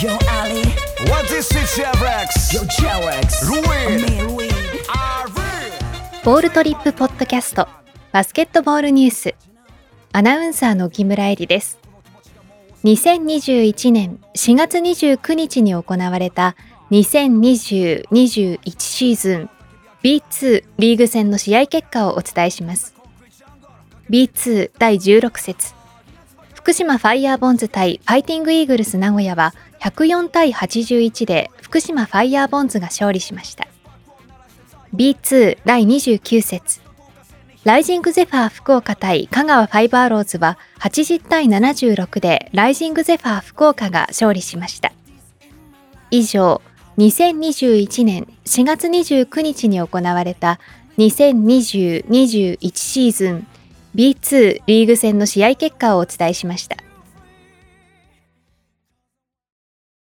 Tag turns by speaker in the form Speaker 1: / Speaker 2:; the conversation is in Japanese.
Speaker 1: Yo Ali
Speaker 2: What is it, J-Rex?
Speaker 1: Yo J-Rex
Speaker 2: Louis
Speaker 1: Louis
Speaker 3: ボールトリップポッドキャストバスケットボールニュース、アナウンサーの木村恵里です。2021年4月29日に行われた2020-21シーズン B2 リーグ戦の試合結果をお伝えします。 B2 第16節、福島ファイヤーボンズ対ファイティングイーグルス名古屋は104対81で福島ファイヤーボンズが勝利しました。 B2 第29節、ライジングゼファー福岡対香川ファイバーローズは80対76でライジングゼファー福岡が勝利しました。以上、2021年4月29日に行われた2020-21シーズン B2 リーグ戦の試合結果をお伝えしました。